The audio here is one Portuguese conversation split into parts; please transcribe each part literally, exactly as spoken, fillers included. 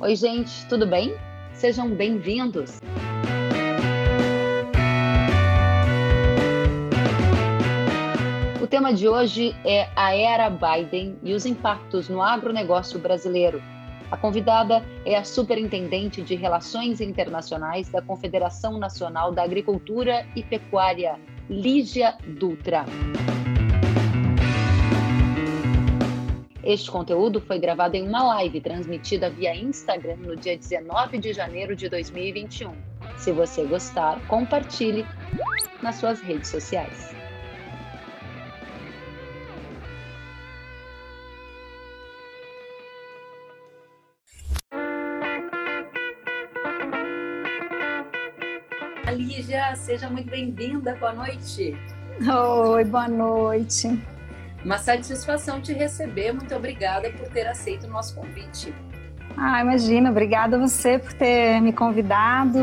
Oi, gente, tudo bem? Sejam bem-vindos! O tema de hoje é a era Biden e os impactos no agronegócio brasileiro. A convidada é a Superintendente de Relações Internacionais da Confederação Nacional da Agricultura e Pecuária, Lígia Dutra. Este conteúdo foi gravado em uma live transmitida via Instagram no dia dezenove de janeiro de dois mil e vinte e um. Se você gostar, compartilhe nas suas redes sociais. Lígia, seja muito bem-vinda. Boa noite. Oi, boa noite. Uma satisfação te receber. Muito obrigada por ter aceito o nosso convite. Ah, imagina. Obrigada a você por ter me convidado.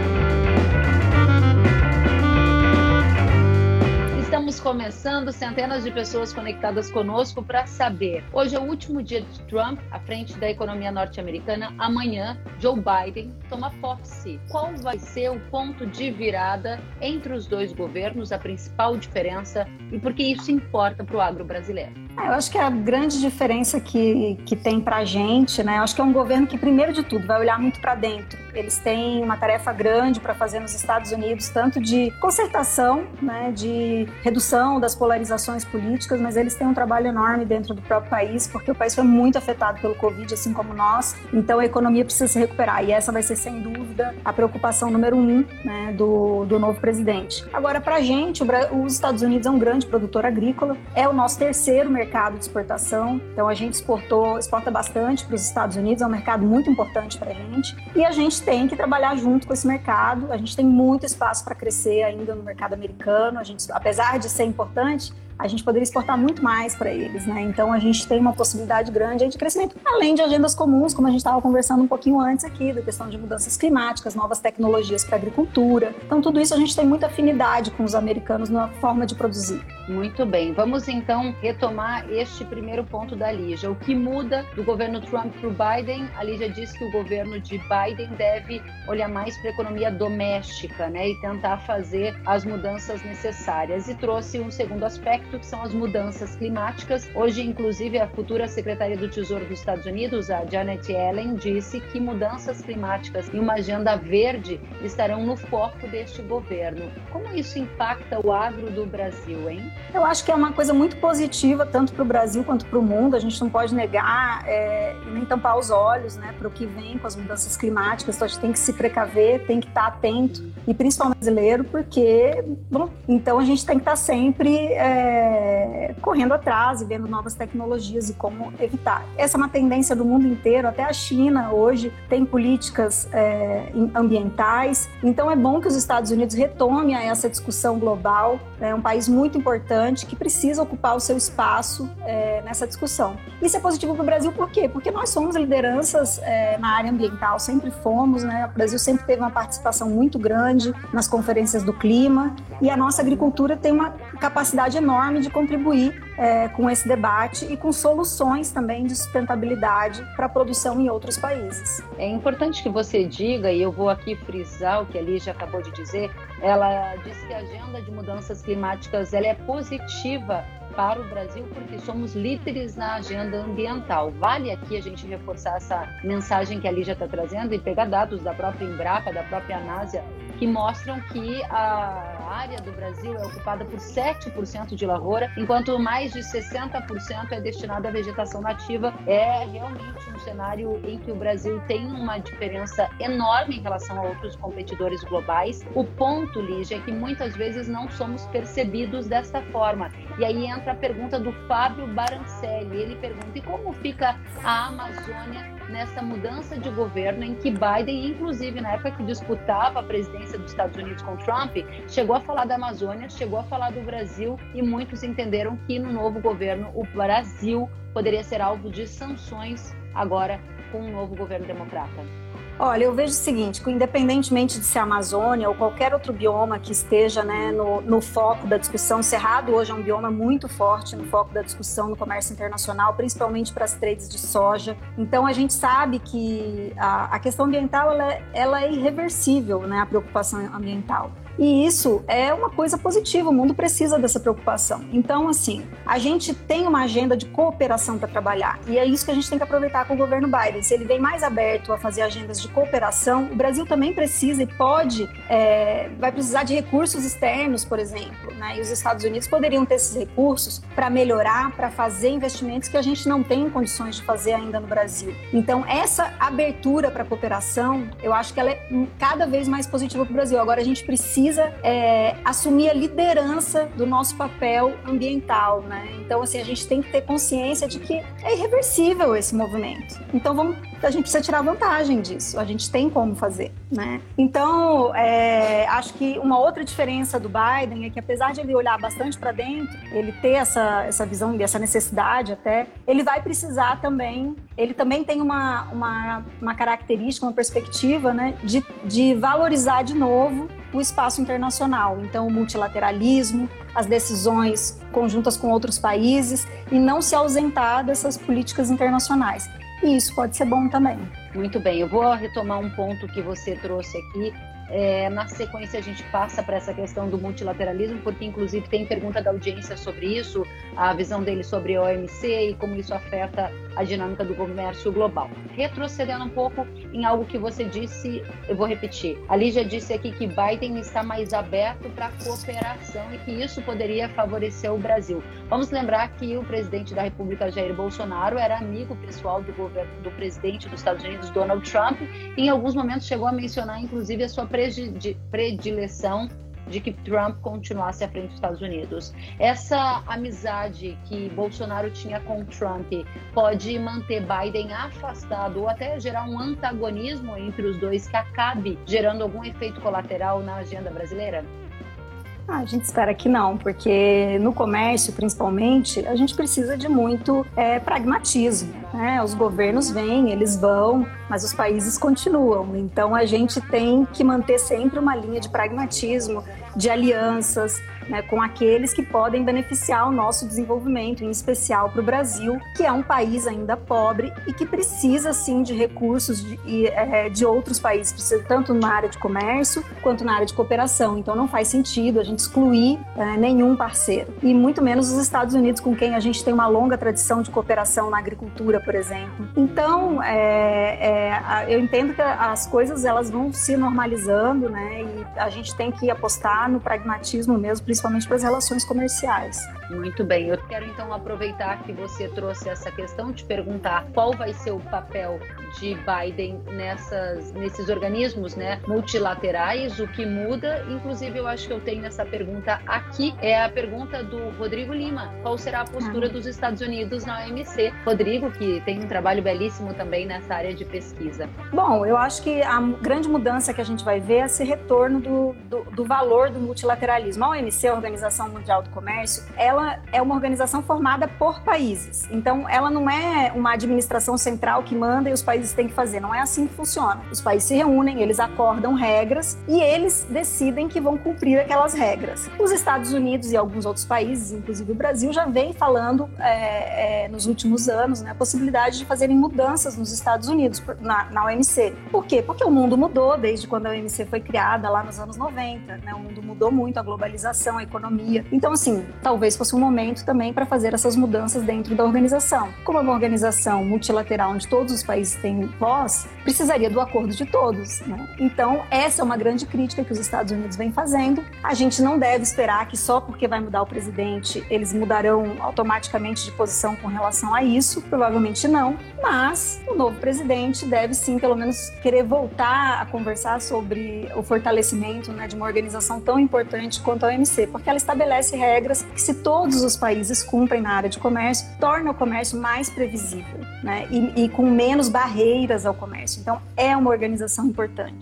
Estamos começando, centenas de pessoas conectadas conosco para saber. Hoje é o último dia de Trump à frente da economia norte-americana. Amanhã, Joe Biden toma posse. Qual vai ser o ponto de virada entre os dois governos, a principal diferença e por que isso importa para o agro brasileiro? Eu acho que a grande diferença que, que tem para a gente, né? Eu acho que é um governo que, primeiro de tudo, vai olhar muito para dentro. Eles têm uma tarefa grande para fazer nos Estados Unidos, tanto de concertação, né, de redução das polarizações políticas, mas eles têm um trabalho enorme dentro do próprio país, porque o país foi muito afetado pelo Covid, assim como nós. Então a economia precisa se recuperar e essa vai ser, sem dúvida, a preocupação número um, né, do, do novo presidente. Agora, para a gente, o, os Estados Unidos é um grande produtor agrícola, é o nosso terceiro mercado mercado de exportação, então a gente exportou, exporta bastante para os Estados Unidos, é um mercado muito importante para a gente e a gente tem que trabalhar junto com esse mercado, a gente tem muito espaço para crescer ainda no mercado americano, a gente, apesar de ser importante, a gente poderia exportar muito mais para eles, né? Então a gente tem uma possibilidade grande de crescimento, além de agendas comuns, como a gente estava conversando um pouquinho antes aqui, da questão de mudanças climáticas, novas tecnologias para a agricultura. Então tudo isso a gente tem muita afinidade com os americanos na forma de produzir. Muito bem, vamos então retomar este primeiro ponto da Lígia. O que muda do governo Trump para o Biden? A Lígia diz que o governo de Biden deve olhar mais para a economia doméstica, né, e tentar fazer as mudanças necessárias. E trouxe um segundo aspecto, que são as mudanças climáticas. Hoje, inclusive, a futura secretária do Tesouro dos Estados Unidos, a Janet Yellen, disse que mudanças climáticas e uma agenda verde estarão no foco deste governo. Como isso impacta o agro do Brasil, hein? Eu acho que é uma coisa muito positiva, tanto para o Brasil quanto para o mundo. A gente não pode negar é, e nem tampar os olhos, né, para o que vem com as mudanças climáticas. Então, a gente tem que se precaver, tem que estar atento, e principalmente brasileiro, porque, bom, então a gente tem que estar sempre é, correndo atrás e vendo novas tecnologias e como evitar. Essa é uma tendência do mundo inteiro, até a China hoje tem políticas é, ambientais. Então, é bom que os Estados Unidos retomem essa discussão global. É um país muito importante que precisa ocupar o seu espaço é, nessa discussão. Isso é positivo para o Brasil por quê? Porque nós somos lideranças é, na área ambiental, sempre fomos, né? O Brasil sempre teve uma participação muito grande nas conferências do clima e a nossa agricultura tem uma capacidade enorme de contribuir é, com esse debate e com soluções também de sustentabilidade para a produção em outros países. É importante que você diga, e eu vou aqui frisar o que a Lígia acabou de dizer, ela disse que a agenda de mudanças climáticas ela é positiva para o Brasil porque somos líderes na agenda ambiental. Vale aqui a gente reforçar essa mensagem que a Lígia está trazendo e pegar dados da própria Embrapa, da própria Anásia, que mostram que a área do Brasil é ocupada por sete por cento de lavoura, enquanto mais de sessenta por cento é destinado à vegetação nativa. É realmente um cenário em que o Brasil tem uma diferença enorme em relação a outros competidores globais. O ponto, Lígia, é que muitas vezes não somos percebidos desta forma. E aí entra a pergunta do Fábio Barancelli. Ele pergunta: e como fica a Amazônia nessa mudança de governo em que Biden, inclusive na época que disputava a presidência dos Estados Unidos com Trump, chegou a falar da Amazônia, chegou a falar do Brasil e muitos entenderam que no novo governo o Brasil poderia ser alvo de sanções agora com um novo governo democrata? Olha, eu vejo o seguinte, que independentemente de ser a Amazônia ou qualquer outro bioma que esteja, né, no, no foco da discussão, o Cerrado hoje é um bioma muito forte no foco da discussão no comércio internacional, principalmente para as trades de soja. Então, a gente sabe que a, a questão ambiental ela é, ela é irreversível, né, a preocupação ambiental. E isso é uma coisa positiva, o mundo precisa dessa preocupação. Então, assim, a gente tem uma agenda de cooperação para trabalhar, e é isso que a gente tem que aproveitar com o governo Biden. Se ele vem mais aberto a fazer agendas de cooperação, o Brasil também precisa e pode, é, vai precisar de recursos externos, por exemplo, né? E os Estados Unidos poderiam ter esses recursos para melhorar, para fazer investimentos que a gente não tem condições de fazer ainda no Brasil. Então, essa abertura para cooperação, eu acho que ela é cada vez mais positiva para o Brasil. Agora, a gente precisa precisa é, assumir a liderança do nosso papel ambiental, né? Então, assim, a gente tem que ter consciência de que é irreversível esse movimento. Então, vamos, a gente precisa tirar vantagem disso. A gente tem como fazer, né? Então, é, acho que uma outra diferença do Biden é que, apesar de ele olhar bastante para dentro, ele ter essa, essa visão, essa necessidade até, ele vai precisar também, ele também tem uma, uma, uma característica, uma perspectiva, né, de, de valorizar de novo o espaço internacional. Então, o multilateralismo, as decisões conjuntas com outros países e não se ausentar dessas políticas internacionais. E isso pode ser bom também. Muito bem, eu vou retomar um ponto que você trouxe aqui. É, na sequência a gente passa para essa questão do multilateralismo, porque inclusive tem pergunta da audiência sobre isso, a visão dele sobre a O M C e como isso afeta a dinâmica do comércio global. Retrocedendo um pouco em algo que você disse, eu vou repetir. A Lígia disse aqui que Biden está mais aberto para a cooperação e que isso poderia favorecer o Brasil. Vamos lembrar que o presidente da República, Jair Bolsonaro, era amigo pessoal do governo do presidente dos Estados Unidos, Donald Trump, e em alguns momentos chegou a mencionar inclusive a sua predileção de que Trump continuasse à frente dos Estados Unidos. Essa amizade que Bolsonaro tinha com Trump pode manter Biden afastado ou até gerar um antagonismo entre os dois que acabe gerando algum efeito colateral na agenda brasileira? Ah, a gente espera que não, porque no comércio, principalmente, a gente precisa de muito é, pragmatismo, né? Os governos vêm, eles vão, mas os países continuam. Então, a gente tem que manter sempre uma linha de pragmatismo, de alianças, né, com aqueles que podem beneficiar o nosso desenvolvimento, em especial para o Brasil, que é um país ainda pobre e que precisa, sim, de recursos de, é, de outros países, precisa tanto na área de comércio quanto na área de cooperação. Então, não faz sentido a gente excluir é, nenhum parceiro, e muito menos os Estados Unidos, com quem a gente tem uma longa tradição de cooperação na agricultura, por exemplo. Então, é, é, eu entendo que as coisas elas vão se normalizando, né, e a gente tem que apostar no pragmatismo mesmo, principalmente para as relações comerciais. Muito bem, eu quero então aproveitar que você trouxe essa questão, te perguntar qual vai ser o papel de Biden nessas, nesses organismos, né, multilaterais, o que muda. Inclusive, eu acho que eu tenho essa pergunta aqui, é a pergunta do Rodrigo Lima: qual será a postura ah. dos Estados Unidos na O M C? Rodrigo, que tem um trabalho belíssimo também nessa área de pesquisa. Bom, eu acho que a grande mudança que a gente vai ver é esse retorno do, do, do valor do multilateralismo. A O M C, a Organização Mundial do Comércio, ela é uma organização formada por países. Então, ela não é uma administração central que manda e os países têm que fazer. Não é assim que funciona. Os países se reúnem, eles acordam regras e eles decidem que vão cumprir aquelas regras. Os Estados Unidos e alguns outros países, inclusive o Brasil, já vem falando é, é, nos últimos anos, né, a possibilidade de fazerem mudanças nos Estados Unidos, na, na O M C. Por quê? Porque o mundo mudou desde quando a O M C foi criada, lá nos anos noventa. Né? O mundo mudou muito, a globalização, a economia. Então, assim, talvez fosse um momento também para fazer essas mudanças dentro da organização. Como é uma organização multilateral onde todos os países têm voz, precisaria do acordo de todos, né? Então, essa é uma grande crítica que os Estados Unidos vem fazendo. A gente não deve esperar que só porque vai mudar o presidente, eles mudarão automaticamente de posição com relação a isso. Provavelmente não. Mas o novo presidente deve sim, pelo menos, querer voltar a conversar sobre o fortalecimento, né, de uma organização tão importante quanto a O M C, porque ela estabelece regras que, se todos os países cumprem na área de comércio, torna o comércio mais previsível, né, e, e com menos barreiras ao comércio. Então, é uma organização importante.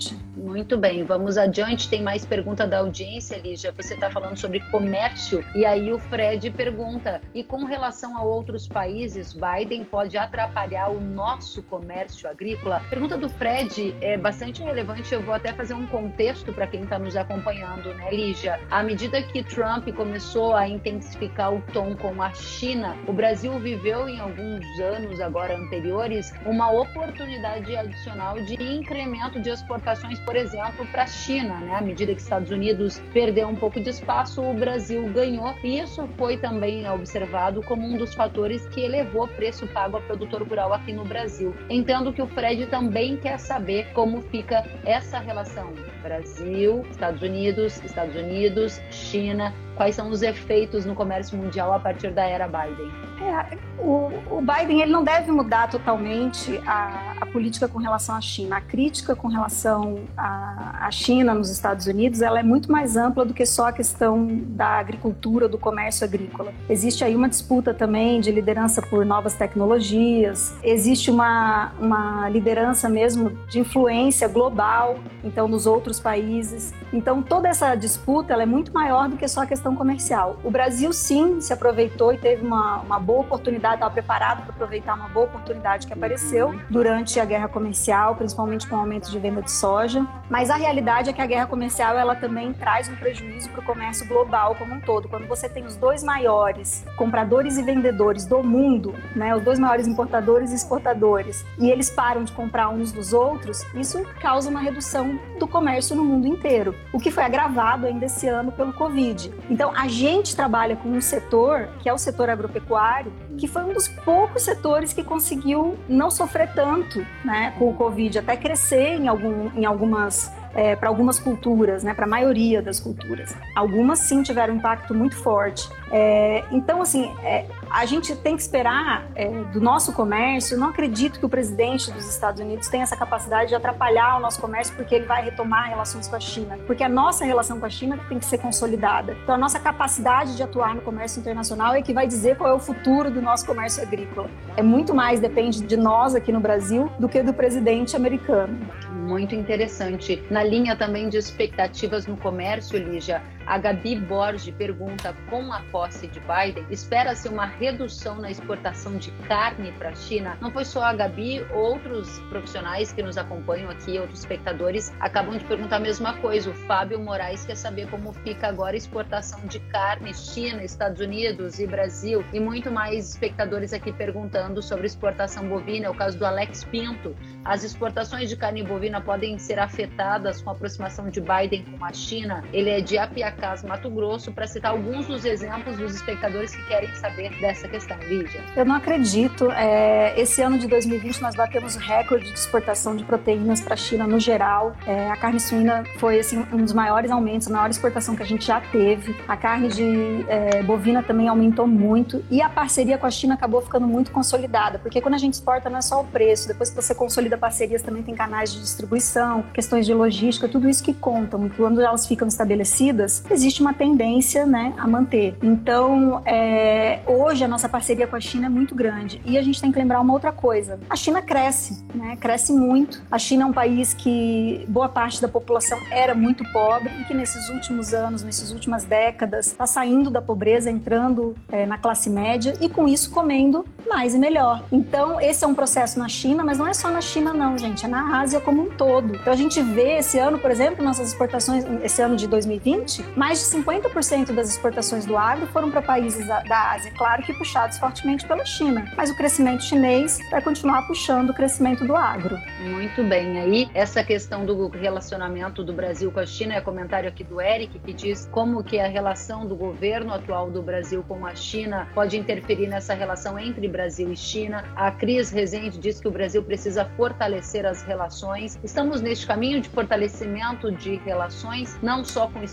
Muito bem, vamos adiante. Tem mais pergunta da audiência, Lígia. Você está falando sobre comércio e aí o Fred pergunta: e com relação a outros países, Biden pode atrapalhar o nosso comércio agrícola? A pergunta do Fred é bastante relevante. Eu vou até fazer um contexto para quem está nos acompanhando, né, Lígia? À medida que Trump começou a intensificar o tom com a China, o Brasil viveu em alguns anos agora anteriores uma oportunidade adicional de incremento de exportações, por exemplo, para a China, né? À medida que os Estados Unidos perdeu um pouco de espaço, o Brasil ganhou, e isso foi também observado como um dos fatores que elevou o preço pago ao produtor rural aqui no Brasil. Entendo que o Fred também quer saber como fica essa relação Brasil, Estados Unidos, Estados Unidos, China. Quais são os efeitos no comércio mundial a partir da era Biden? É, o, o Biden ele não deve mudar totalmente a, a política com relação à China. A crítica com relação à, à China nos Estados Unidos ela é muito mais ampla do que só a questão da agricultura, do comércio agrícola. Existe aí uma disputa também de liderança por novas tecnologias, existe uma, uma liderança mesmo de influência global, então, nos outros países. Então, toda essa disputa ela é muito maior do que só a questão comercial. O Brasil, sim, se aproveitou e teve uma, uma boa oportunidade, estava preparado para aproveitar uma boa oportunidade que apareceu durante a guerra comercial, principalmente com o aumento de venda de soja. Mas a realidade é que a guerra comercial ela também traz um prejuízo para o comércio global como um todo. Quando você tem os dois maiores compradores e vendedores do mundo, né, os dois maiores importadores e exportadores, e eles param de comprar uns dos outros, isso causa uma redução do comércio no mundo inteiro, o que foi agravado ainda esse ano pelo Covid. Então, a gente trabalha com um setor, que é o setor agropecuário, que foi um dos poucos setores que conseguiu não sofrer tanto, né, com o Covid, até crescer em, algum, em algumas... É, para algumas culturas, né, para a maioria das culturas. Algumas, sim, tiveram um impacto muito forte. É, então, assim, é, a gente tem que esperar é, do nosso comércio. Eu não acredito que o presidente dos Estados Unidos tenha essa capacidade de atrapalhar o nosso comércio porque ele vai retomar relações com a China. Porque a nossa relação com a China tem que ser consolidada. Então, a nossa capacidade de atuar no comércio internacional é que vai dizer qual é o futuro do nosso comércio agrícola. É muito mais, depende de nós aqui no Brasil do que do presidente americano. Muito interessante. Na linha também de expectativas no comércio, Lígia, a Gabi Borges pergunta: com a posse de Biden, espera-se uma redução na exportação de carne para a China? Não foi só a Gabi, outros profissionais que nos acompanham aqui, outros espectadores, acabam de perguntar a mesma coisa. O Fábio Moraes quer saber como fica agora a exportação de carne, China, Estados Unidos e Brasil, e muito mais espectadores aqui perguntando sobre exportação bovina. É o caso do Alex Pinto. As exportações de carne bovina podem ser afetadas com a aproximação de Biden com a China? Ele é de Apiacás, Mato Grosso, para citar alguns dos exemplos dos espectadores que querem saber dessa questão. Lígia? Eu não acredito. É, esse ano de dois mil e vinte nós batemos recorde de exportação de proteínas para a China no geral. É, a carne suína foi assim, um dos maiores aumentos, a maior exportação que a gente já teve. A carne de é, bovina também aumentou muito e a parceria com a China acabou ficando muito consolidada, porque quando a gente exporta não é só o preço, depois que você consolida parcerias também tem canais de distribuição, questões de logística, tudo isso que contam. E quando elas ficam estabelecidas, existe uma tendência, né, a manter. Então, é, hoje a nossa parceria com a China é muito grande. E a gente tem que lembrar uma outra coisa. A China cresce, né, cresce muito. A China é um país que boa parte da população era muito pobre e que nesses últimos anos, nessas últimas décadas, está saindo da pobreza, entrando é, na classe média e com isso comendo mais e melhor. Então, esse é um processo na China, mas não é só na China não, gente, é na Ásia como um todo. Então, a gente vê esse ano, por exemplo, nossas exportações, esse ano de dois mil e vinte, mais de cinquenta por cento das exportações do agro foram para países da, da Ásia, claro que puxados fortemente pela China, mas o crescimento chinês vai continuar puxando o crescimento do agro. Muito bem, aí essa questão do relacionamento do Brasil com a China, é comentário aqui do Eric, que diz como que a relação do governo atual do Brasil com a China pode interferir nessa relação entre Brasil e China. A Cris Rezende diz que o Brasil precisa fortalecer as relações. Estamos neste caminho de fortalecimento de relações, não só com os Estados Unidos,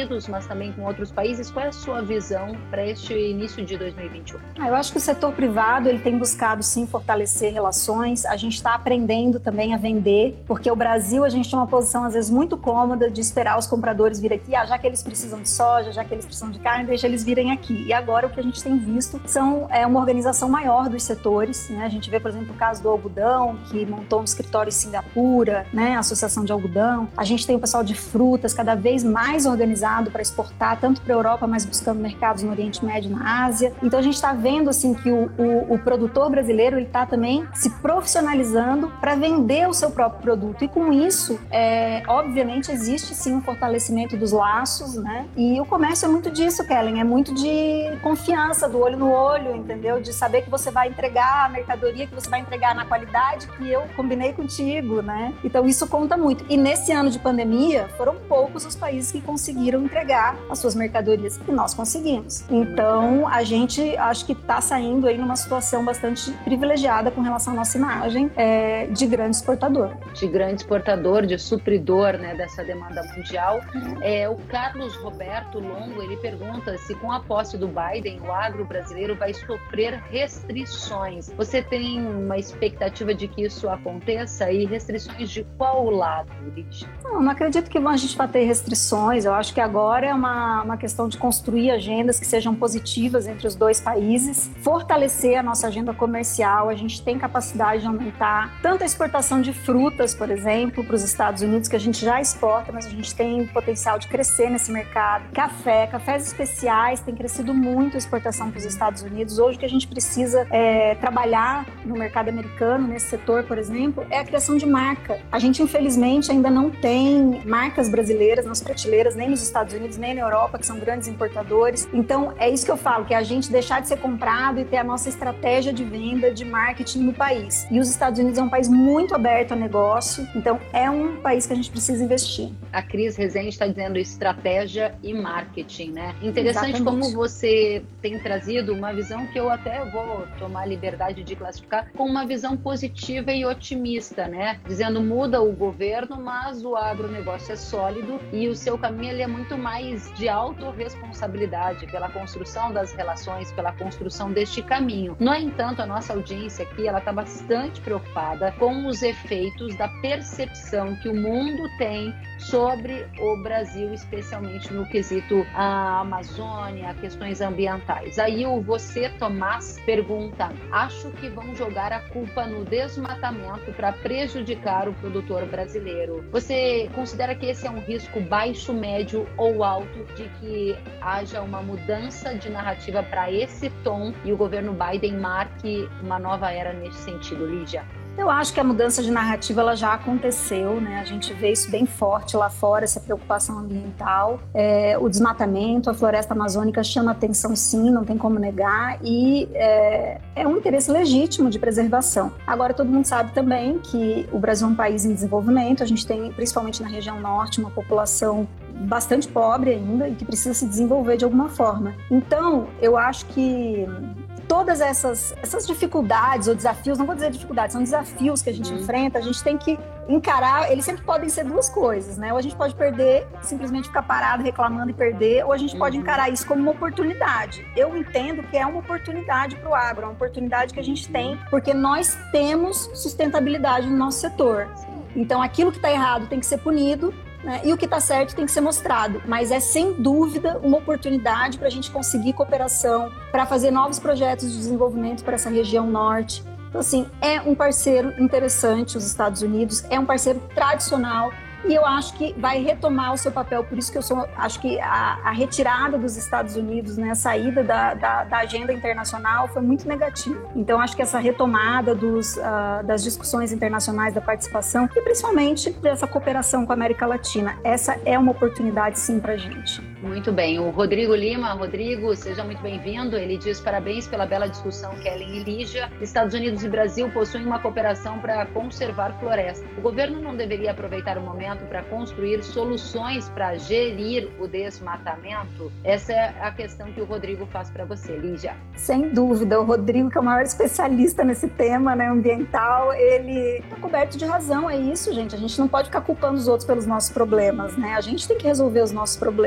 Unidos, mas também com outros países. Qual é a sua visão para este início de dois mil e vinte e um? Ah, eu acho que o setor privado ele tem buscado sim fortalecer relações. A gente está aprendendo também a vender, porque o Brasil a gente tem uma posição às vezes muito cômoda de esperar os compradores vir aqui, ah, já que eles precisam de soja, já que eles precisam de carne, deixa eles virem aqui. E agora o que a gente tem visto são é, uma organização maior dos setores, né? A gente vê, por exemplo, o caso do algodão, que montou um escritório em Singapura, né? A Associação de Algodão. A gente tem o pessoal de frutas cada vez mais organizado para exportar, tanto para a Europa, mas buscando mercados no Oriente Médio e na Ásia. Então a gente está vendo assim que o, o, o produtor brasileiro está também se profissionalizando para vender o seu próprio produto. E com isso, é, obviamente, existe sim um fortalecimento dos laços, né? E o comércio é muito disso, Kellen, é muito de confiança, do olho no olho, entendeu? De saber que você vai entregar a mercadoria, que você vai entregar na qualidade que eu combinei contigo, né? Então isso conta muito. E nesse ano de pandemia, foram poucos os países que conseguiram entregar as suas mercadorias e nós conseguimos. Então a gente acho que está saindo aí numa situação bastante privilegiada com relação à nossa imagem é, de grande exportador. De grande exportador, de supridor, né, dessa demanda mundial. É, o Carlos Roberto Longo, ele pergunta se com a posse do Biden, o agro brasileiro vai sofrer restrições. Você tem uma expectativa de que isso aconteça? E restrições de qual lado, Lígia? Não, não acredito que a gente vai ter restrições. Eu acho que agora é uma, uma questão de construir agendas que sejam positivas entre os dois países, fortalecer a nossa agenda comercial. A gente tem capacidade de aumentar tanto a exportação de frutas, por exemplo, para os Estados Unidos, que a gente já exporta, mas a gente tem potencial de crescer nesse mercado. Café, cafés especiais, tem crescido muito a exportação para os Estados Unidos. Hoje o que a gente precisa é, trabalhar no mercado americano, nesse setor, por exemplo, é a criação de marca. A gente, infelizmente, ainda não tem marcas brasileiras nas prateleiras, nem nos Estados Unidos, nem na Europa, que são grandes importadores. Então, é isso que eu falo, que é a gente deixar de ser comprado e ter a nossa estratégia de venda, de marketing no país. E os Estados Unidos é um país muito aberto a negócio, então é um país que a gente precisa investir. A Cris Rezende está dizendo estratégia e marketing, né? Interessante. Exatamente. Como você tem trazido uma visão que eu até vou tomar a liberdade de classificar com uma visão positiva e otimista, né? Dizendo muda o governo, mas o agronegócio é sólido e o seu caminho ele é muito mais de autorresponsabilidade pela construção das relações, pela construção deste caminho. No entanto, a nossa audiência aqui ela está bastante preocupada com os efeitos da percepção que o mundo tem sobre o Brasil, especialmente no quesito a Amazônia, questões ambientais. Aí o Você Tomás pergunta: acho que vão jogar a culpa no desmatamento para prejudicar o produtor brasileiro. Você considera que esse é um risco baixo, médio ou alto de que haja uma mudança de narrativa para esse tom e o governo Biden marque uma nova era nesse sentido, Lígia? Eu acho que a mudança de narrativa ela já aconteceu, né? A gente vê isso bem forte lá fora, essa preocupação ambiental. É, o desmatamento, a floresta amazônica chama atenção sim, não tem como negar, e é, é um interesse legítimo de preservação. Agora, todo mundo sabe também que o Brasil é um país em desenvolvimento, a gente tem, principalmente na região norte, uma população bastante pobre ainda e que precisa se desenvolver de alguma forma. Então, eu acho que todas essas, essas dificuldades ou desafios, não vou dizer dificuldades, são desafios que a gente uhum. enfrenta, a gente tem que encarar, eles sempre podem ser duas coisas, né? Ou a gente pode perder, simplesmente ficar parado reclamando e perder, ou a gente uhum. pode encarar isso como uma oportunidade. Eu entendo que é uma oportunidade para o agro, é uma oportunidade que a gente tem, porque nós temos sustentabilidade no nosso setor. Então, aquilo que está errado tem que ser punido, né? E o que está certo tem que ser mostrado, mas é sem dúvida uma oportunidade para a gente conseguir cooperação, para fazer novos projetos de desenvolvimento para essa região norte. Então, assim, é um parceiro interessante, os Estados Unidos, é um parceiro tradicional e eu acho que vai retomar o seu papel, por isso que eu sou, acho que a, a retirada dos Estados Unidos, né, a saída da, da, da agenda internacional foi muito negativa. Então, acho que essa retomada dos, uh, das discussões internacionais, da participação e principalmente dessa cooperação com a América Latina, essa é uma oportunidade sim para a gente. Muito bem, o Rodrigo Lima, Rodrigo, seja muito bem-vindo. Ele diz parabéns pela bela discussão, Kellen e Lígia. Estados Unidos e Brasil possuem uma cooperação para conservar floresta. O governo não deveria aproveitar o momento para construir soluções para gerir o desmatamento? Essa é a questão que o Rodrigo faz para você, Lígia. Sem dúvida, o Rodrigo, que é o maior especialista nesse tema, né, ambiental, ele está coberto de razão, é isso, gente. A gente não pode ficar culpando os outros pelos nossos problemas, né? A gente tem que resolver os nossos problemas.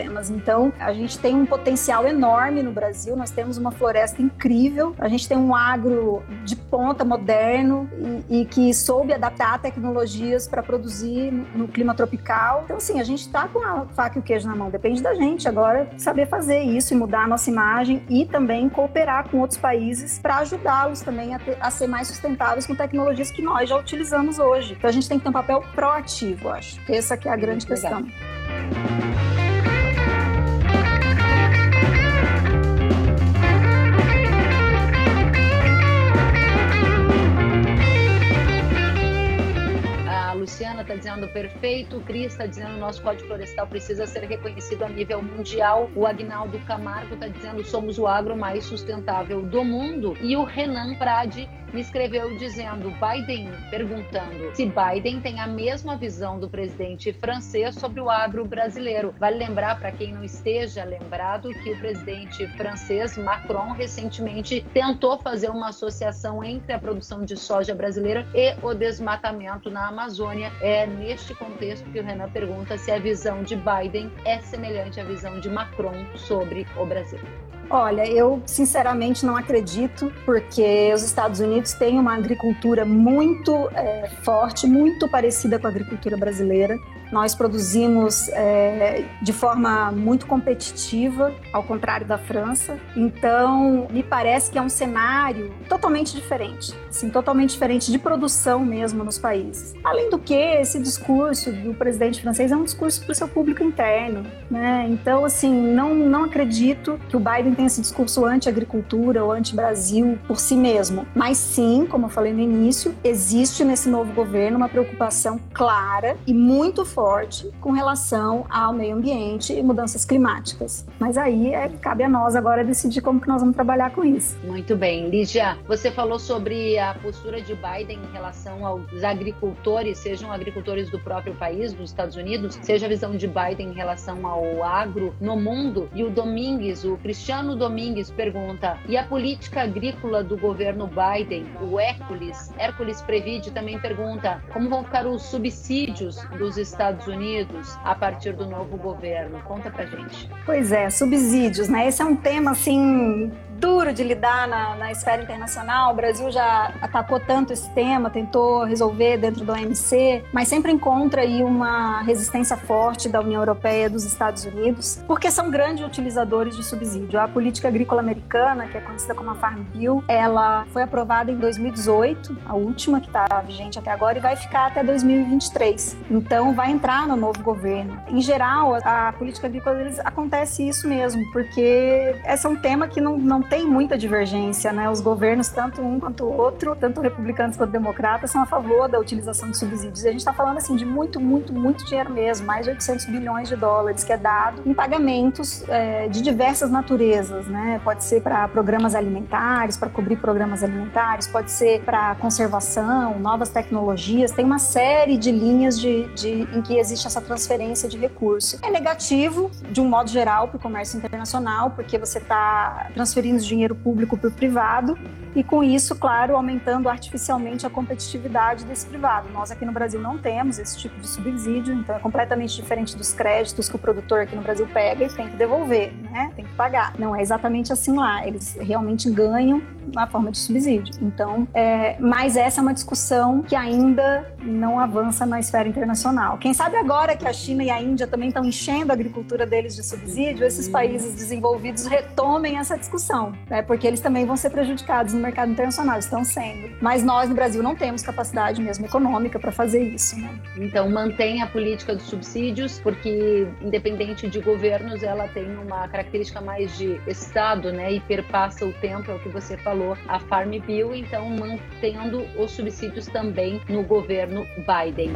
Então, a gente tem um potencial enorme no Brasil, nós temos uma floresta incrível, a gente tem um agro de ponta, moderno e, e que soube adaptar tecnologias para produzir no, no clima tropical. Então, assim, a gente está com a faca e o queijo na mão, depende da gente agora saber fazer isso e mudar a nossa imagem e também cooperar com outros países para ajudá-los também a, ter, a ser mais sustentáveis com tecnologias que nós já utilizamos hoje. Então, a gente tem que ter um papel proativo, acho. Essa que é a grande Muito questão. Legal. Luciana está dizendo perfeito, o Cris está dizendo nosso Código Florestal precisa ser reconhecido a nível mundial, o Agnaldo Camargo está dizendo somos o agro mais sustentável do mundo, e o Renan Prade me escreveu dizendo, Biden, perguntando se Biden tem a mesma visão do presidente francês sobre o agro brasileiro. Vale lembrar, para quem não esteja lembrado, que o presidente francês Macron recentemente tentou fazer uma associação entre a produção de soja brasileira e o desmatamento na Amazônia. É neste contexto que o Renan pergunta se a visão de Biden é semelhante à visão de Macron sobre o Brasil. Olha, eu sinceramente não acredito, porque os Estados Unidos têm uma agricultura muito é, forte, muito parecida com a agricultura brasileira. Nós produzimos é, de forma muito competitiva, ao contrário da França. Então, me parece que é um cenário totalmente diferente, assim, totalmente diferente de produção mesmo nos países. Além do que, esse discurso do presidente francês é um discurso para o seu público interno, né? Então, assim, não, não acredito que o Biden tenha esse discurso anti-agricultura ou anti-Brasil por si mesmo. Mas sim, como eu falei no início, existe nesse novo governo uma preocupação clara e muito forte com relação ao meio ambiente e mudanças climáticas. Mas aí é, cabe a nós agora decidir como que nós vamos trabalhar com isso. Muito bem. Lígia, você falou sobre a postura de Biden em relação aos agricultores, sejam agricultores do próprio país, dos Estados Unidos, seja a visão de Biden em relação ao agro no mundo. E o Domingues, o Cristiano Domingues pergunta, e a política agrícola do governo Biden, o Hércules, Hércules Previde também pergunta, como vão ficar os subsídios dos Estados Unidos a partir do novo governo? Conta pra gente. Pois é, subsídios, né? Esse é um tema, assim, duro de lidar na, na esfera internacional. O Brasil já atacou tanto esse tema, tentou resolver dentro da O M C, mas sempre encontra aí uma resistência forte da União Europeia e dos Estados Unidos, porque são grandes utilizadores de subsídio. A política agrícola americana, que é conhecida como a Farm Bill, ela foi aprovada em dois mil e dezoito, a última que está vigente até agora, e vai ficar até dois mil e vinte e três. Então, vai entrar no novo governo. Em geral, a, a política agrícola deles acontece isso mesmo, porque esse é um tema que não, não tem muita divergência, né? Os governos, tanto um quanto o outro, tanto republicanos quanto democratas, são a favor da utilização de subsídios. E a gente está falando assim de muito, muito, muito dinheiro mesmo, mais de oitocentos bilhões de dólares que é dado em pagamentos é, de diversas naturezas, né? Pode ser para programas alimentares, para cobrir programas alimentares, pode ser para conservação, novas tecnologias, tem uma série de linhas de, de, em que existe essa transferência de recurso. É negativo, de um modo geral, para o comércio internacional, porque você está transferindo dinheiro público para o privado e, com isso, claro, aumentando artificialmente a competitividade desse privado. Nós aqui no Brasil não temos esse tipo de subsídio, então é completamente diferente dos créditos que o produtor aqui no Brasil pega e tem que devolver, né? Tem que pagar. Não é exatamente assim lá. Eles realmente ganham na forma de subsídio. Então, é... mas essa é uma discussão que ainda não avança na esfera internacional. Quem sabe agora que a China e a Índia também estão enchendo a agricultura deles de subsídio, esses países desenvolvidos retomem essa discussão, né? Porque eles também vão ser prejudicados no mercado internacional, estão sendo. Mas nós no Brasil não temos capacidade mesmo econômica para fazer isso, né? Então mantém a política dos subsídios, porque independente de governos, ela tem uma característica mais de Estado, né? E perpassa o tempo, é o que você falou, a Farm Bill, então mantendo os subsídios também no governo Biden.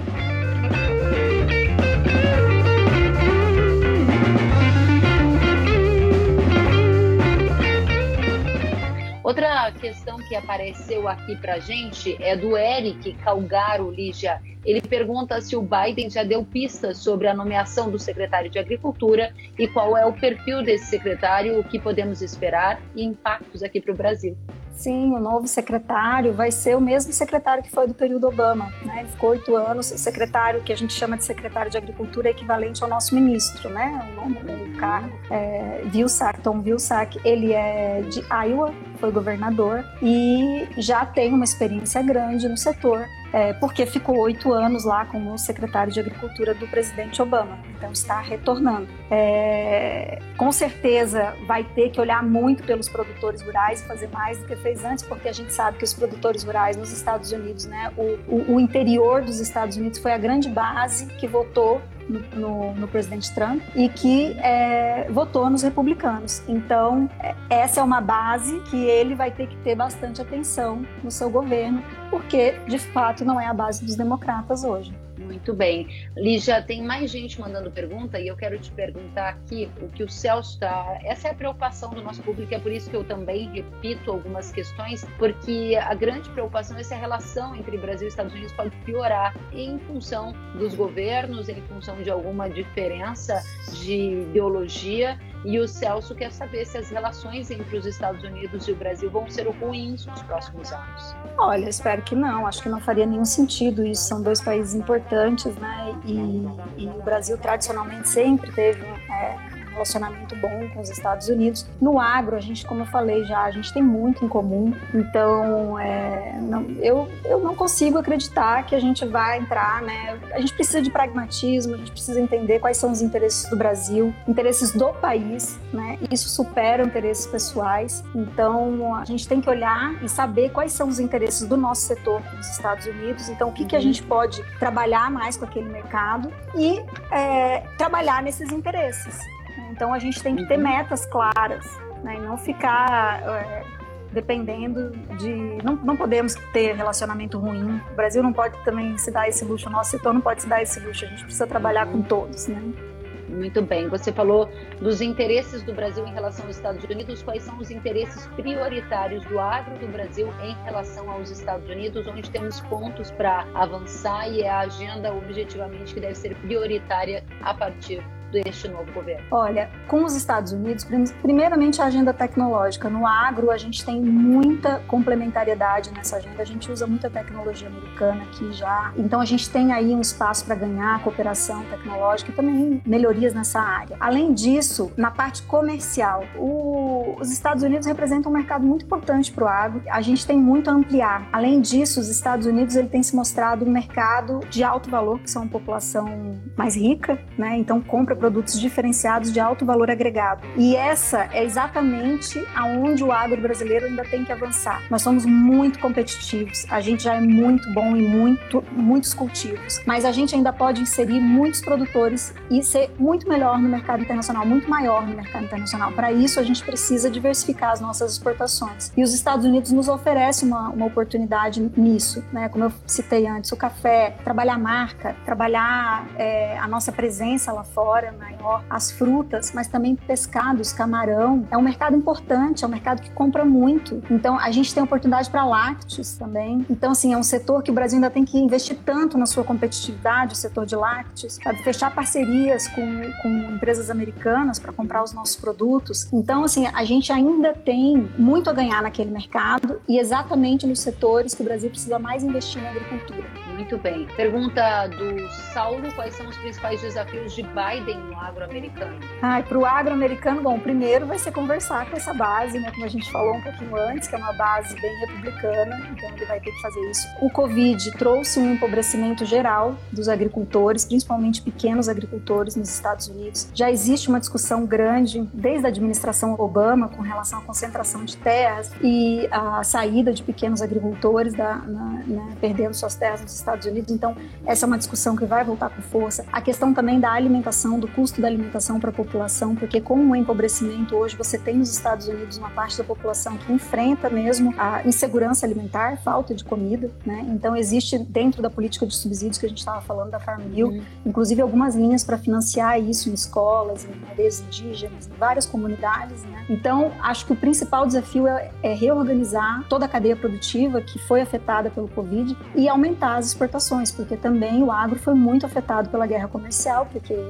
Outra questão que apareceu aqui pra gente é do Eric Calgaro, Lígia. Ele pergunta se o Biden já deu pistas sobre a nomeação do secretário de Agricultura e qual é o perfil desse secretário, o que podemos esperar e impactos aqui para o Brasil. Sim, o novo secretário vai ser o mesmo secretário que foi do período Obama, né? Ele ficou oito anos, o secretário que a gente chama de secretário de Agricultura é equivalente ao nosso ministro, né? O nome do cargo é Vilsack, Tom Vilsack, ele é de Iowa, foi governador e já tem uma experiência grande no setor, é, porque ficou oito anos lá como secretário de Agricultura do presidente Obama, então está retornando. É, com certeza vai ter que olhar muito pelos produtores rurais e fazer mais do que fez antes, porque a gente sabe que os produtores rurais nos Estados Unidos, né, o, o, o interior dos Estados Unidos foi a grande base que votou No, no, no presidente Trump e que é, votou nos republicanos. Então, é, essa é uma base que ele vai ter que ter bastante atenção no seu governo, porque, de fato, não é a base dos democratas hoje. Muito bem. Lígia, tem mais gente mandando pergunta e eu quero te perguntar aqui o que o Celso está... Essa é a preocupação do nosso público, é por isso que eu também repito algumas questões, porque a grande preocupação é se a relação entre Brasil e Estados Unidos pode piorar em função dos governos, em função de alguma diferença de ideologia. E o Celso quer saber se as relações entre os Estados Unidos e o Brasil vão ser ruins nos próximos anos. Olha, espero que não. Acho que não faria nenhum sentido isso. São dois países importantes, né? E, e o Brasil tradicionalmente sempre teve é, um relacionamento bom com os Estados Unidos. No agro, a gente, como eu falei já, a gente tem muito em comum. Então, é, não, eu, eu não consigo acreditar que a gente vai entrar, né? A gente precisa de pragmatismo, a gente precisa entender quais são os interesses do Brasil, interesses do país, né? Isso supera interesses pessoais. Então, a gente tem que olhar e saber quais são os interesses do nosso setor nos Estados Unidos. Então, o que, que a gente pode trabalhar mais com aquele mercado e é, trabalhar nesses interesses. Então, a gente tem que ter metas claras, né? E não ficar é, dependendo de... Não, não podemos ter relacionamento ruim. O Brasil não pode também se dar esse luxo, o nosso setor não pode se dar esse luxo. A gente precisa trabalhar com todos, né? Muito bem. Você falou dos interesses do Brasil em relação aos Estados Unidos. Quais são os interesses prioritários do agro do Brasil em relação aos Estados Unidos, onde temos pontos para avançar e é a agenda objetivamente que deve ser prioritária a partir deste novo governo? Olha, com os Estados Unidos, primeiramente a agenda tecnológica. No agro, a gente tem muita complementariedade nessa agenda. A gente usa muita tecnologia americana aqui já. Então, a gente tem aí um espaço para ganhar cooperação tecnológica e também melhorias nessa área. Além disso, na parte comercial, o... os Estados Unidos representam um mercado muito importante para o agro. A gente tem muito a ampliar. Além disso, os Estados Unidos ele tem se mostrado um mercado de alto valor, que são uma população mais rica, né? Então, compra produtos diferenciados de alto valor agregado. E essa é exatamente aonde o agro brasileiro ainda tem que avançar. Nós somos muito competitivos, a gente já é muito bom em muito, muitos cultivos, mas a gente ainda pode inserir muitos produtores e ser muito melhor no mercado internacional, muito maior no mercado internacional. Para isso, a gente precisa diversificar as nossas exportações. E os Estados Unidos nos oferecem uma, uma oportunidade nisso, né? Como eu citei antes, o café, trabalhar a marca, trabalhar é, a nossa presença lá fora, maior, as frutas, mas também pescados, camarão. É um mercado importante, é um mercado que compra muito. Então, a gente tem oportunidade para lácteos também. Então, assim, é um setor que o Brasil ainda tem que investir tanto na sua competitividade, o setor de lácteos, para fechar parcerias com, com empresas americanas para comprar os nossos produtos. Então, assim, a gente ainda tem muito a ganhar naquele mercado e exatamente nos setores que o Brasil precisa mais investir na agricultura. Muito bem. Pergunta do Saulo, quais são os principais desafios de Biden no agro americano? Ah, para o agro americano, bom, primeiro vai ser conversar com essa base, né, como a gente falou um pouquinho antes, que é uma base bem republicana, então ele vai ter que fazer isso. O Covid trouxe um empobrecimento geral dos agricultores, principalmente pequenos agricultores nos Estados Unidos. Já existe uma discussão grande desde a administração Obama com relação à concentração de terras e a saída de pequenos agricultores, da, na, né, perdendo suas terras nos Estados Unidos. Então, essa é uma discussão que vai voltar com força. A questão também da alimentação, do custo da alimentação para a população, porque com o empobrecimento hoje você tem nos Estados Unidos uma parte da população que enfrenta mesmo a insegurança alimentar, falta de comida, né? Então existe dentro da política de subsídios que a gente estava falando da Farm Bill, uhum. inclusive algumas linhas para financiar isso em escolas, em aldeias indígenas, em várias comunidades, né? Então acho que o principal desafio é, é reorganizar toda a cadeia produtiva que foi afetada pelo Covid e aumentar as exportações, porque também o agro foi muito afetado pela guerra comercial, porque quando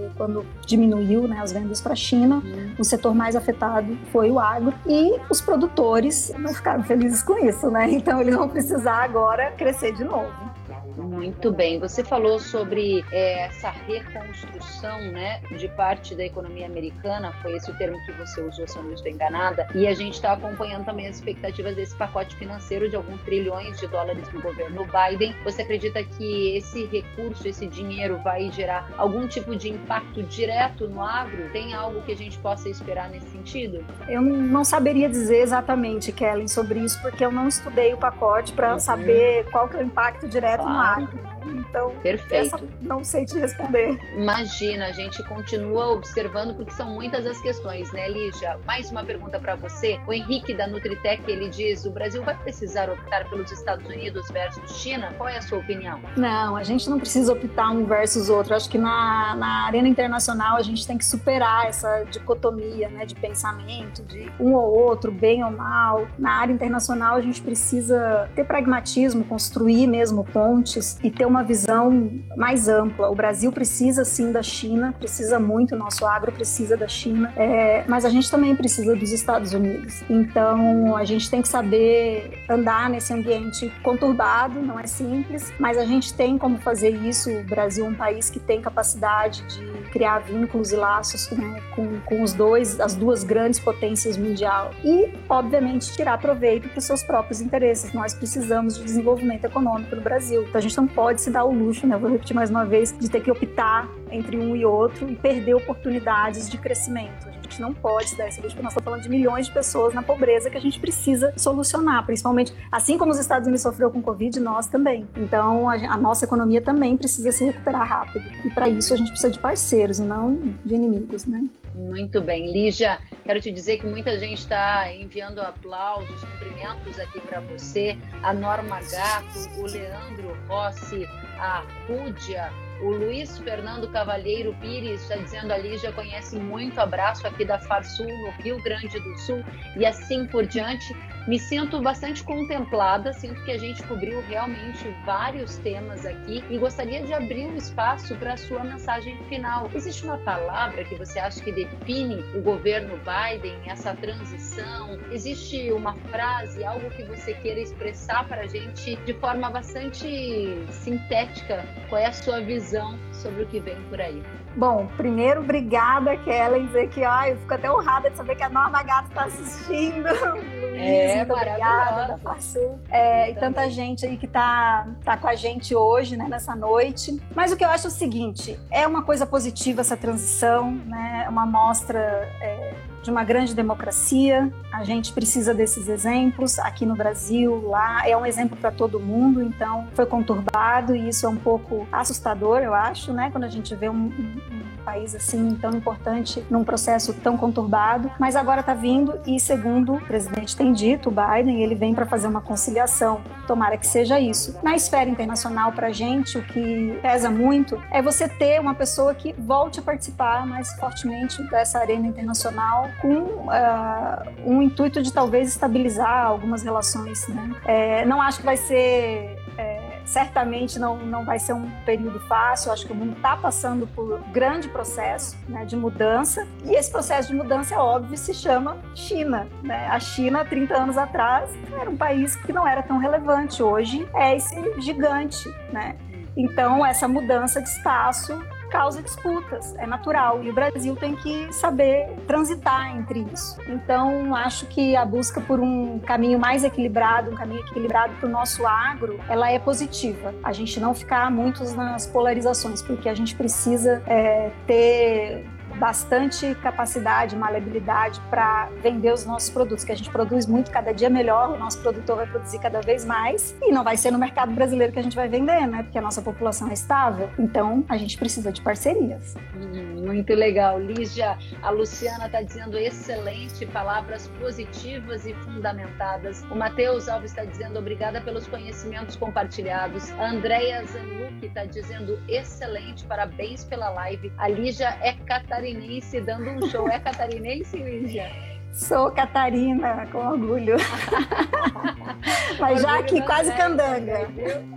diminuiu, né, as vendas para a China. Uhum. O setor mais afetado foi o agro e os produtores não ficaram felizes com isso, né? Então eles vão precisar agora crescer de novo. Muito bem. Você falou sobre é, essa reconstrução, né, de parte da economia americana, foi esse o termo que você usou, se eu não estou enganada, e a gente está acompanhando também as expectativas desse pacote financeiro de alguns trilhões de dólares do governo Biden. Você acredita que esse recurso, esse dinheiro vai gerar algum tipo de impacto direto no agro? Tem algo que a gente possa esperar nesse sentido? Eu não saberia dizer exatamente, Kellen, sobre isso, porque eu não estudei o pacote para uhum. saber qual que é o impacto direto claro. no agro. Então, perfeito. Essa não sei te responder. Imagina, a gente continua observando porque são muitas as questões, né, Lígia? Mais uma pergunta para você. O Henrique da Nutritec, ele diz, o Brasil vai precisar optar pelos Estados Unidos versus China? Qual é a sua opinião? Não, a gente não precisa optar um versus outro. Acho que na, na arena internacional a gente tem que superar essa dicotomia, né, de pensamento, de um ou outro, bem ou mal. Na área internacional a gente precisa ter pragmatismo, construir mesmo pontes e ter uma visão mais ampla. O Brasil precisa sim da China, precisa muito, o nosso agro precisa da China, é, mas a gente também precisa dos Estados Unidos. Então a gente tem que saber andar nesse ambiente conturbado, não é simples, mas a gente tem como fazer isso. O Brasil é um país que tem capacidade de criar vínculos e laços, né, com, com os dois, as duas grandes potências mundiais e, obviamente, tirar proveito para os seus próprios interesses. Nós precisamos de desenvolvimento econômico no Brasil, então a gente não pode se dar o luxo, né, vou repetir mais uma vez, de ter que optar entre um e outro e perder oportunidades de crescimento. A gente não pode se dar esse luxo, porque nós estamos falando de milhões de pessoas na pobreza que a gente precisa solucionar, principalmente, assim como os Estados Unidos sofreu com Covid, nós também. Então, a, a nossa economia também precisa se recuperar rápido. E para isso a gente precisa de parceiros e não de inimigos, né? Muito bem. Lígia, quero te dizer que muita gente está enviando aplausos, cumprimentos aqui para você. A Norma Gato, o Leandro Rossi, a Rúdia, o Luiz Fernando Cavalheiro Pires está dizendo, a Lígia conhece muito, abraço aqui da Farsul, no Rio Grande do Sul, e assim por diante. Me sinto bastante contemplada, sinto que a gente cobriu realmente vários temas aqui e gostaria de abrir um espaço para a sua mensagem final. Existe uma palavra que você acha que define o governo Biden, essa transição? Existe uma frase, algo que você queira expressar para a gente de forma bastante sintética? Qual é a sua visão sobre o que vem por aí? Bom, primeiro, obrigada, Kellen, dizer que ai, eu fico até honrada de saber que a Norma Gato está assistindo. É, muito obrigada, da Farsul. É, e tanta gente aí que está tá com a gente hoje, né, nessa noite. Mas o que eu acho é o seguinte, é uma coisa positiva essa transição, né, é uma mostra é, de uma grande democracia. A gente precisa desses exemplos aqui no Brasil, lá, é um exemplo para todo mundo, então foi conturbado e isso é um pouco assustador, eu acho, né, quando a gente vê um, um um país assim tão importante num processo tão conturbado, mas agora está vindo e, segundo o presidente tem dito, o Biden, ele vem para fazer uma conciliação. Tomara que seja isso. Na esfera internacional, para a gente, o que pesa muito é você ter uma pessoa que volte a participar mais fortemente dessa arena internacional com uh, um intuito de talvez estabilizar algumas relações, né? É, não acho que vai ser... É, certamente não, não vai ser um período fácil. Eu acho que o mundo está passando por um grande processo, né, de mudança, e esse processo de mudança, é óbvio, se chama China, né? A China, há trinta anos atrás, era um país que não era tão relevante. Hoje é esse gigante, né? Então, essa mudança de espaço causa disputas, é natural, e o Brasil tem que saber transitar entre isso. Então, acho que a busca por um caminho mais equilibrado, um caminho equilibrado para o nosso agro, ela é positiva. A gente não ficar muitos nas polarizações, porque a gente precisa é, ter bastante capacidade, maleabilidade para vender os nossos produtos, que a gente produz muito, cada dia melhor, o nosso produtor vai produzir cada vez mais e não vai ser no mercado brasileiro que a gente vai vender, né? Porque a nossa população é estável, então a gente precisa de parcerias. Hum, muito legal. Lígia, a Luciana está dizendo excelente, palavras positivas e fundamentadas. O Matheus Alves está dizendo obrigada pelos conhecimentos compartilhados. A Andréia Zanucchi está dizendo excelente, parabéns pela live. A Lígia é catarinense dando um show. É catarinense, Lígia? Sou Catarina, com orgulho. Mas já aqui, quase candanga. Oh,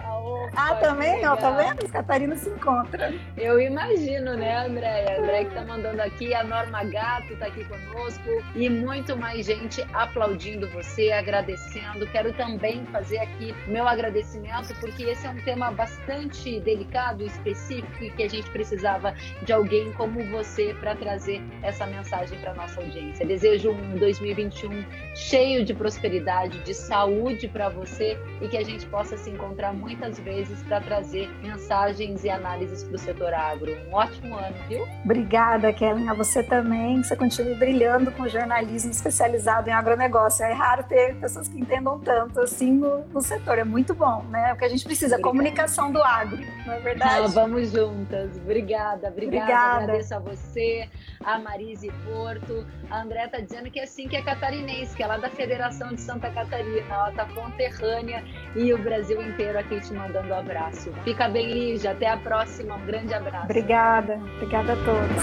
Ah, também? Ó, tá vendo? As Catarinas se encontram. Eu imagino, né, Andréia? A Andréia que tá mandando aqui, a Norma Gato tá aqui conosco e muito mais gente aplaudindo você, agradecendo. Quero também fazer aqui meu agradecimento, porque esse é um tema bastante delicado, específico, e que a gente precisava de alguém como você para trazer essa mensagem para nossa audiência. Desejo um dois mil e vinte e um cheio de prosperidade, de saúde para você e que a gente possa se encontrar muitas vezes para trazer mensagens e análises para o setor agro. Um ótimo ano, viu? Obrigada, Kellen. A você também, que você continue brilhando com jornalismo especializado em agronegócio. É raro ter pessoas que entendam tanto assim no, no setor. É muito bom, né? O que a gente precisa, Obrigada. Comunicação do agro, não é verdade? Ah, vamos juntas. Obrigada, obrigada. Obrigada. Agradeço a você, a Marise Porto. A André está dizendo que é assim que é catarinense, que é lá da Federação de Santa Catarina. Ela está conterrânea e o Brasil inteiro aqui te mandando um abraço. Fica bem, Lígia. Até a próxima. Um grande abraço. Obrigada. Obrigada a todos.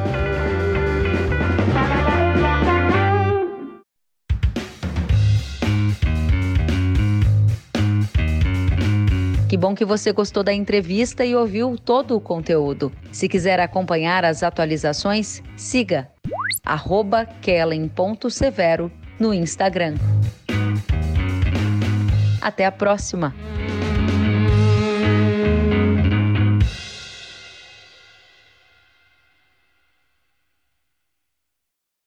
Que bom que você gostou da entrevista e ouviu todo o conteúdo. Se quiser acompanhar as atualizações, siga arroba kellen ponto severo no Instagram. Até a próxima!